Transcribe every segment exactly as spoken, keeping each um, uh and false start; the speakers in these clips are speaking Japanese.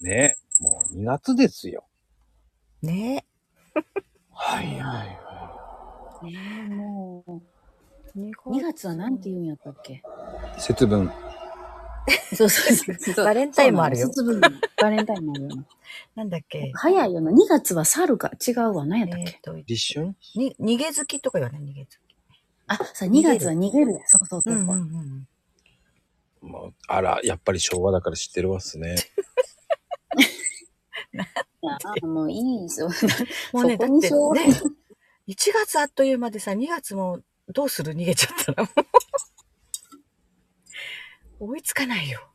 ね。もうにがつですよ。 ね。 はいはいはねえ、もう。 ににがつはなんて言うんやったっけ？ い。節分。 そうそうそうそう。 バレンタインもあるよ。 節分。バレンタインもあるよな。 なんだっけ。 早いよな。にがつは猿か。違うわ。何やったっけ？ えっと、 立春に、逃げ月とか言わない逃げ月。 あ、さ、にがつは逃げるや。そうそうそうそう。 うんうんうんまあ、あら、やっぱり昭和だから知ってるわっすね。 あ、もういいですよ。 もうね、 そこにしよう。 だってね、いちがつあっという間でさ、にがつもどうする逃げちゃったらもう追いつかないよ。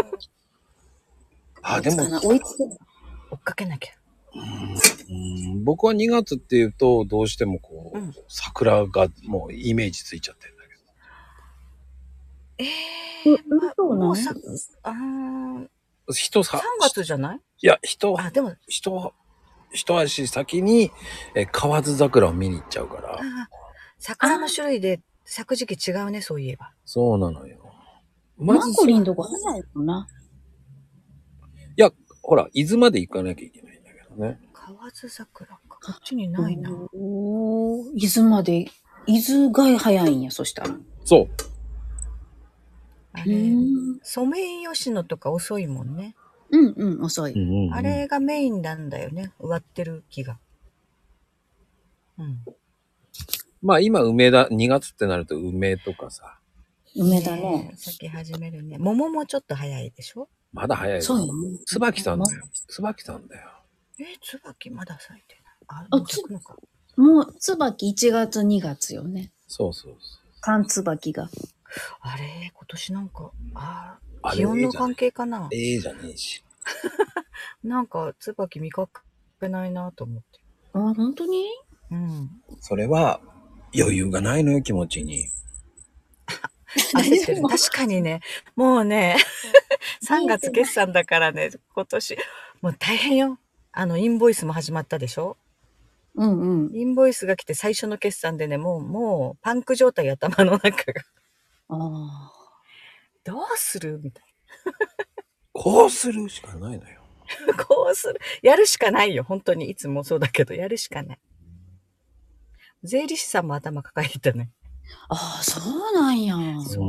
あ、でも、 追いつけない。 追っかけなきゃ。 うん僕はにがつっていうと、どうしてもこう、 うん桜がもうイメージついちゃってるんだけど。 えうー、まあ、 そうなのもうさ、あー人さ、 さんがつじゃない？ いや、人、 あ、でも、 人、一足先に、え、河津桜を見に行っちゃうから。 あ桜の種類で咲く時期違うね、そういえば。 そうなのよ。 マまずそ、いコリンとこ早いもんな。 や、ほら、伊豆まで行かなきゃいけないんだけどね。 河津桜か。こっちにないな。 おー、伊豆まで、伊豆が早いんや、そしたら。 そう。 あれ、 うーんソメイヨシノとか遅いもんね。 うんうん、遅い。 うんうんうんあれがメインなんだよね。植わってる木が。うん。 まあ今梅だ、にがつってなると梅とかさ、 梅だね。 え咲き始めるね。桃もちょっと早いでしょ？ まだ早いよ。 そうよね。 椿さんだよ。椿さんだよ。 え、椿まだ咲いてない。あ、 あもう咲くのか。 もう、椿いちがつにがつよね。 そうそうそ寒椿が。 あれ、今年なんか、ああれ気温の関係かな。 う。ええじゃねえし。 なんか、椿見かけないなと思って。 あ、本当に？ うん。 それは余裕がないのよ、気持ちに。 焦ってる。 も確かにね、もうね、さんがつ決算だからね、今年、もう大変よ。あの、インボイスも始まったでしょ？ うんうん。 インボイスが来て最初の決算でね、もう、もう、パンク状態、頭の中が。 ああ。 どうするみたいこうするしかないのよ。 な。こうする。やるしかないよ。本当に。いつもそうだけど、やるしかない。税理士さんも頭抱えてたね。 ああ、そうなんや。 そう。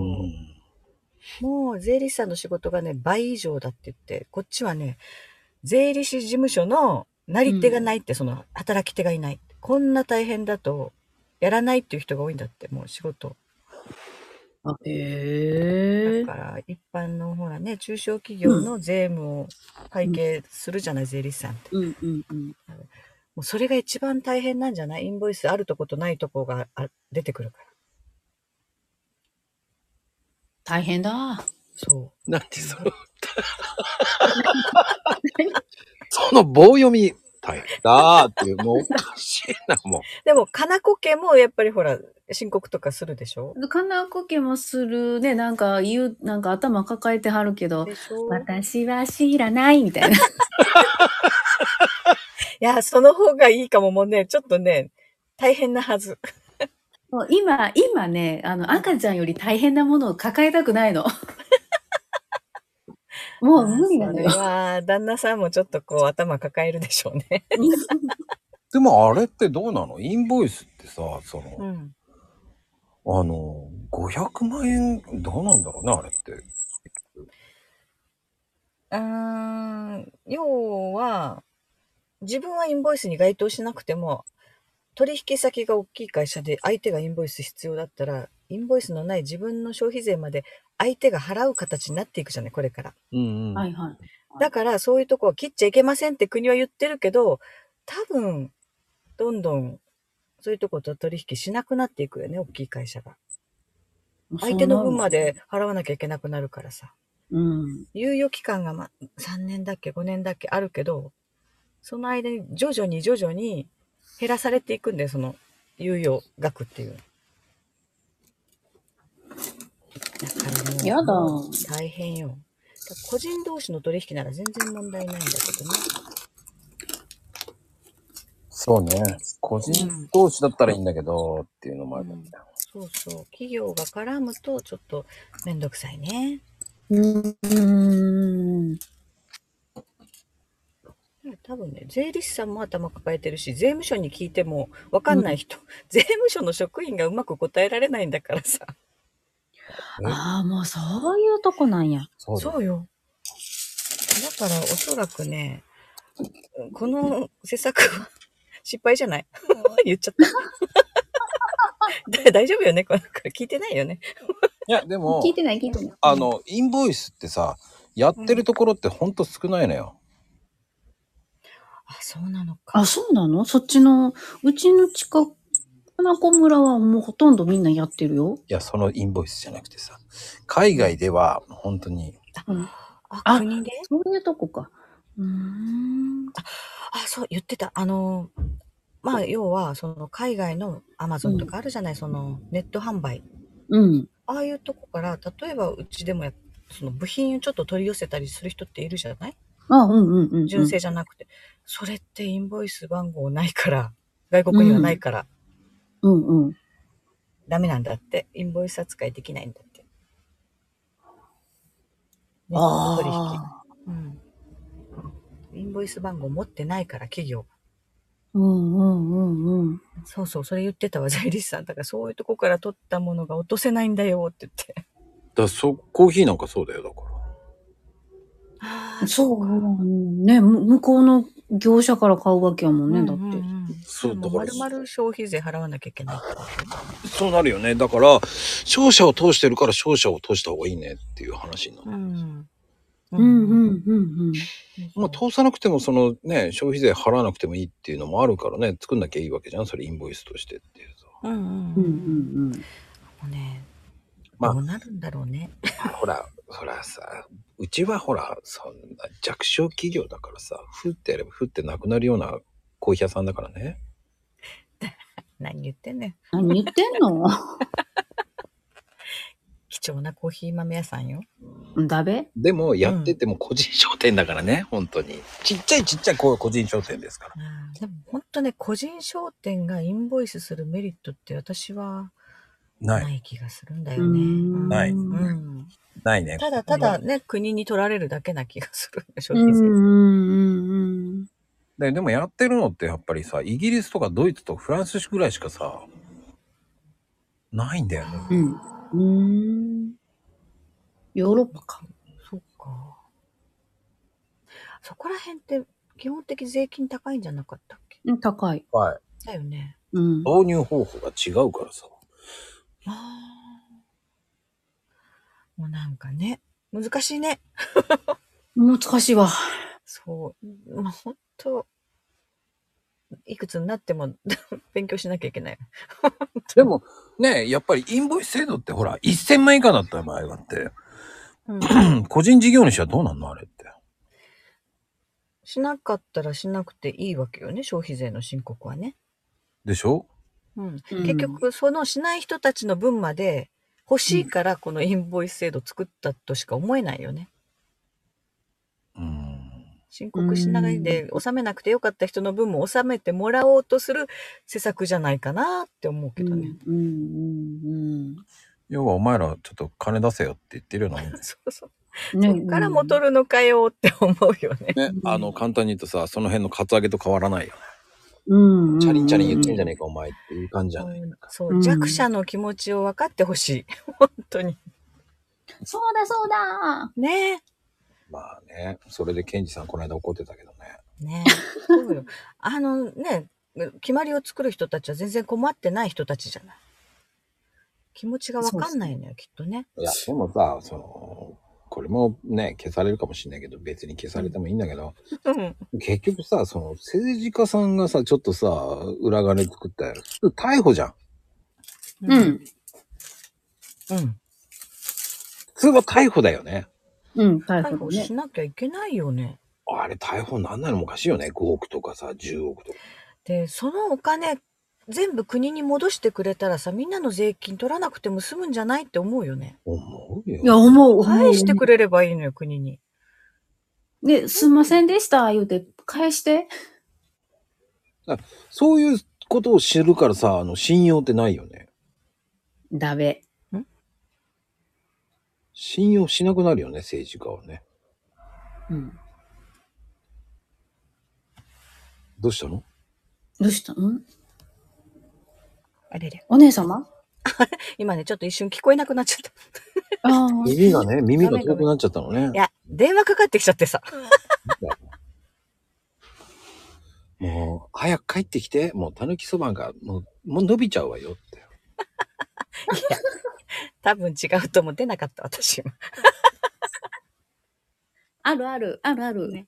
もう税理士さんの仕事がね、倍以上だって言って、こっちはね、税理士事務所のなり手がないって、うん、その働き手がいない。こんな大変だと、やらないっていう人が多いんだって、もう仕事。 あ、へえ。 だから一般のほらね、中小企業の税務を会計するじゃない、うん、税理士さんって。 うんうんうん。 もうそれが一番大変なんじゃない？インボイスあるとことないとこが出てくるから。 大変だ。 そう。 なんでその、その棒読み、大変だーっていう、もうおかしいな、もう。 でも、かなこ家もやっぱりほら、申告とかするでしょ？ かなこ家もするね、なんか言う、なんか頭抱えてはるけど、私は知らないみたいな。いや、その方がいいかも。もうね、ちょっとね、大変なはず。 もう今、今ね、あの、赤ちゃんより大変なものを抱えたくないの。もう無理なのよ。 それは、旦那さんもちょっとこう、頭抱えるでしょうね。 でもあれってどうなの？インボイスってさ、その、 うん、 あの、ごひゃくまんえん、どうなんだろうね、あれって。 うーん、要は、自分はインボイスに該当しなくても、取引先が大きい会社で相手がインボイス必要だったら、インボイスのない自分の消費税まで相手が払う形になっていくじゃない、これから。 うんうん。 はいはい。 だからそういうとこは切っちゃいけませんって国は言ってるけど、多分、どんどんそういうとこと取引しなくなっていくよね、大きい会社が。相手の分まで払わなきゃいけなくなるからさ。 うん。 猶予期間が、ま、さんねんだっけごねんだっけあるけど、その間に徐々に徐々に減らされていくんだよ、その猶予額っていう。だからもう、 やだ。 大変よ。個人同士の取引なら全然問題ないんだけどね。 そうね。個人同士だったらいいんだけど、うん、っていうのもあるんだよ、 うん。そうそう。企業が絡むとちょっとめんどくさいね。 うーん。 多分ね、税理士さんも頭抱えてるし、税務署に聞いてもわかんない人、うん、税務署の職員がうまく答えられないんだからさ。 ああ、もうそういうとこなんや。 そうそうよ。だからおそらくね、この施策は失敗じゃない言っちゃった。大丈夫よねこれ聞いてないよね。 いや、でも、 聞いてない聞いてない。 あの、インボイスってさ、やってるところってほんと少ないのよ。 あ、そうなのか。 あ、そうなの？そっちの、うちの近く、花子村はもうほとんどみんなやってるよ。 いや、そのインボイスじゃなくてさ、海外では本当に。 うん、あ、あ、国で？ そういうとこか。うーん。 あ、あ、そう、言ってた。あの、まあ、要は、その海外のアマゾンとかあるじゃない、うん、そのネット販売。 うん。 ああいうとこから、例えばうちでもや、その部品をちょっと取り寄せたりする人っているじゃない？ あ、うんうんうん、うん。 純正じゃなくて。それってインボイス番号ないから、外国にはないから。 うん、うんうん。 ダメなんだって。インボイス扱いできないんだって。ネット取引。うん。インボイス番号持ってないから、企業。 うんうんうんうん。 そうそう、それ言ってたわ、税理士さん。だからそういうとこから取ったものが落とせないんだよって言って。 だそコーヒーなんかそうだよ、だから。 ああ、 そうね、向こうの業者から買うわけやもんね、うんうんうん、だって。 そう、だから。丸々消費税払わなきゃいけないってこと。 そうなるよね。だから、商社を通してるから商社を通した方がいいねっていう話になる。 うんうんうんうんうん。 まあ通さなくてもそのね、消費税払わなくてもいいっていうのもあるからね、作んなきゃいいわけじゃん。それインボイスとしてっていうさ。 うんうんうんうん。もうね、まあ、どうなるんだろうね。 ほら、ほらさ、うちはほら、そんな弱小企業だからさ、ふってやればふってなくなるようなコーヒー屋さんだからね。 何言ってんねん。 何言ってんの貴重なコーヒー豆屋さんよ。 だべ？ でもやってても個人商店だからね、うん、本当に。ちっちゃいちっちゃい個人商店ですから。 うん、でも本当ね、個人商店がインボイスするメリットって私はない、ない気がするんだよね。 ない。 うん。 ないね。 ただただね、国に取られるだけな気がする。消費税。 うんうんうんで、でもやってるのってやっぱりさ、イギリスとかドイツとフランスぐらいしかさ、ないんだよね。 うん。うん。ヨーロッパか。 そっか。そこら辺って基本的税金高いんじゃなかったっけ？ うん、高い。 はい。 だよね。 うん。 導入方法が違うからさ。 ああ。もうなんかね、難しいね。 難しいわ。 そう。まあ、ほんと、いくつになっても勉強しなきゃいけない。 でもね、やっぱりインボイス制度ってほら、せんまん以下だった場合があって、うん、個人事業主はどうなんのあれって。 しなかったらしなくていいわけよね、消費税の申告はね。 でしょ？ うん。結局、そのしない人たちの分まで欲しいからこのインボイス制度作ったとしか思えないよね。 うん。 申告しないで納めなくてよかった人の分も納めてもらおうとする施策じゃないかなって思うけどね。 うんうんうんうん。 要はお前らちょっと金出せよって言ってるようなもん。 そうそう。ね、そっからも取るのかよって思うよね。 ね、あの簡単に言うとさ、その辺のカツアゲと変わらないよね。 うん。 チャリンチャリン言ってんじゃねえかお前っていう感じじゃない。 うん、そう、弱者の気持ちを分かってほしい。本当に。 そうだそうだ。 ねえ。 まあね、それでケンジさんこの間怒ってたけどね。 ねえ。そうよ。あのね、決まりを作る人たちは全然困ってない人たちじゃない。気持ちが分かんないのよ、きっとね。 いや、でもさ、その、これもね、消されるかもしれないけど、別に消されてもいいんだけど、うん、結局さ、その政治家さんがさ、ちょっとさ、裏金作ったよ。逮捕じゃん。 うん。うん。 普通は逮捕だよね。 うん、逮捕、 ね、逮捕しなきゃいけないよね。 あれ逮捕なんないのもおかしいよね。ごおくとかさ、じゅうおくとか。 で、そのお金、全部国に戻してくれたらさ、みんなの税金取らなくても済むんじゃないって思うよね。 思うよ。 いや、思う。 返してくれればいいのよ、国に。 で、すいませんでした、言うて、返して。 そういうことを知るからさ、あの、信用ってないよね。 だべ。 ん？ 信用しなくなるよね、政治家はね。 うん。 どうしたの？ どうしたの？ あれれ。 お姉様今ね、ちょっと一瞬聞こえなくなっちゃった。 ああ。 耳がね、耳が遠くなっちゃったのね。 いや、電話かかってきちゃってさ。 もう、早く帰ってきて、もう、たぬきそばが、もう、もう伸びちゃうわよって。 いや、多分違うと思う。出なかった、私今。 あるある、あるある。 ね、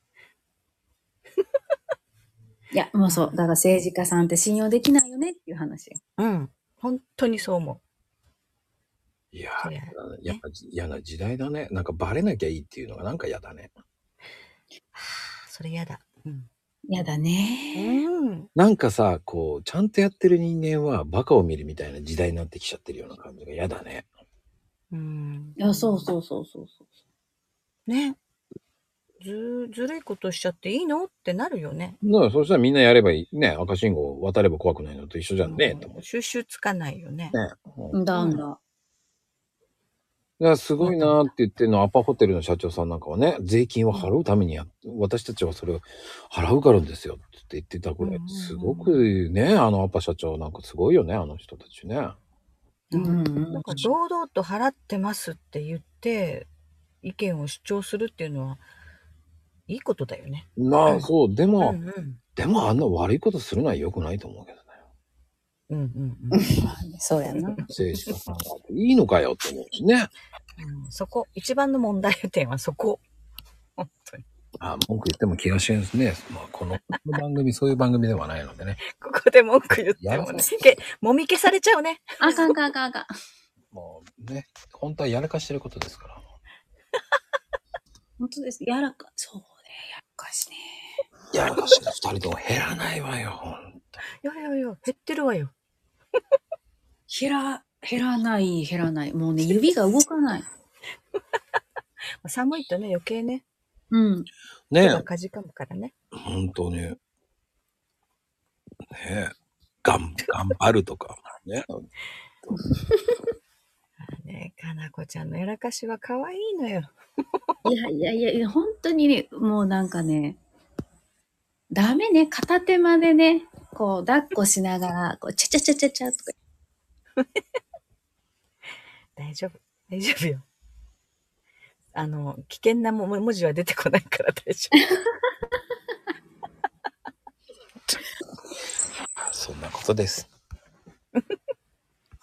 いや、もうそう。だから政治家さんって信用できないよねっていう話。 うん。本当にそう思う。 いやー、やっぱ嫌な時代だね。なんかバレなきゃいいっていうのがなんか嫌だね。はあ、それ嫌だ。うん。 嫌だね。 うん。 なんかさ、こう、ちゃんとやってる人間はバカを見るみたいな時代になってきちゃってるような感じが嫌だね。 うん。 いや、そうそうそうそうそう。 ね。ず、ずるいことしちゃっていいのってなるよね。 だからそしたらみんなやればいい。ね、赤信号渡れば怖くないのと一緒じゃんね、と思う。 収集つかないよね。 ね。 うんだんだ。 いや、すごいなーって言ってるの、アパホテルの社長さんなんかはね、税金を払うためにや、私たちはそれを払うからですよって言ってたぐらい、すごくね、あのアパ社長なんかすごいよね、あの人たちね。 うん。なんか堂々と払ってますって言って、意見を主張するっていうのは、いいことだよね。 まあ、そう、でも、 うんうん、 でもあんな悪いことするのは良くないと思うけどね。 うんうんうん。 そうやな。 政治家さんがいいのかよって思うしね。 うん、そこ、一番の問題点はそこ。本当に。 あ、文句言っても気がしますね。まあ、この番組、そういう番組ではないのでね。 ここで文句言ってもね、けもみ消されちゃうね。 あかんかんかんかん。 もうね、本当はやらかしてることですから。 本当です。やらか、そうね、やらかしね。 やらかしが二人とも減らないわよ、ほんと。 いやいやいや、減ってるわよ。 減ら、減らない、減らない。もうね、指が動かない。 寒いとね、余計ね。 うん。 ね手がかじかむからね。 ほんとね。ねえ。がん、頑張るとか。ね。 ねえ、かなこちゃんのやらかしは可愛いのよ。 いやいやいや、本当にね、もうなんかね、ダメね、片手間でね、こう、抱っこしながら、こう、ちゃちゃちゃちゃちゃとか。 大丈夫。大丈夫よ。あの、危険なも文字は出てこないから大丈夫。 そんなことです。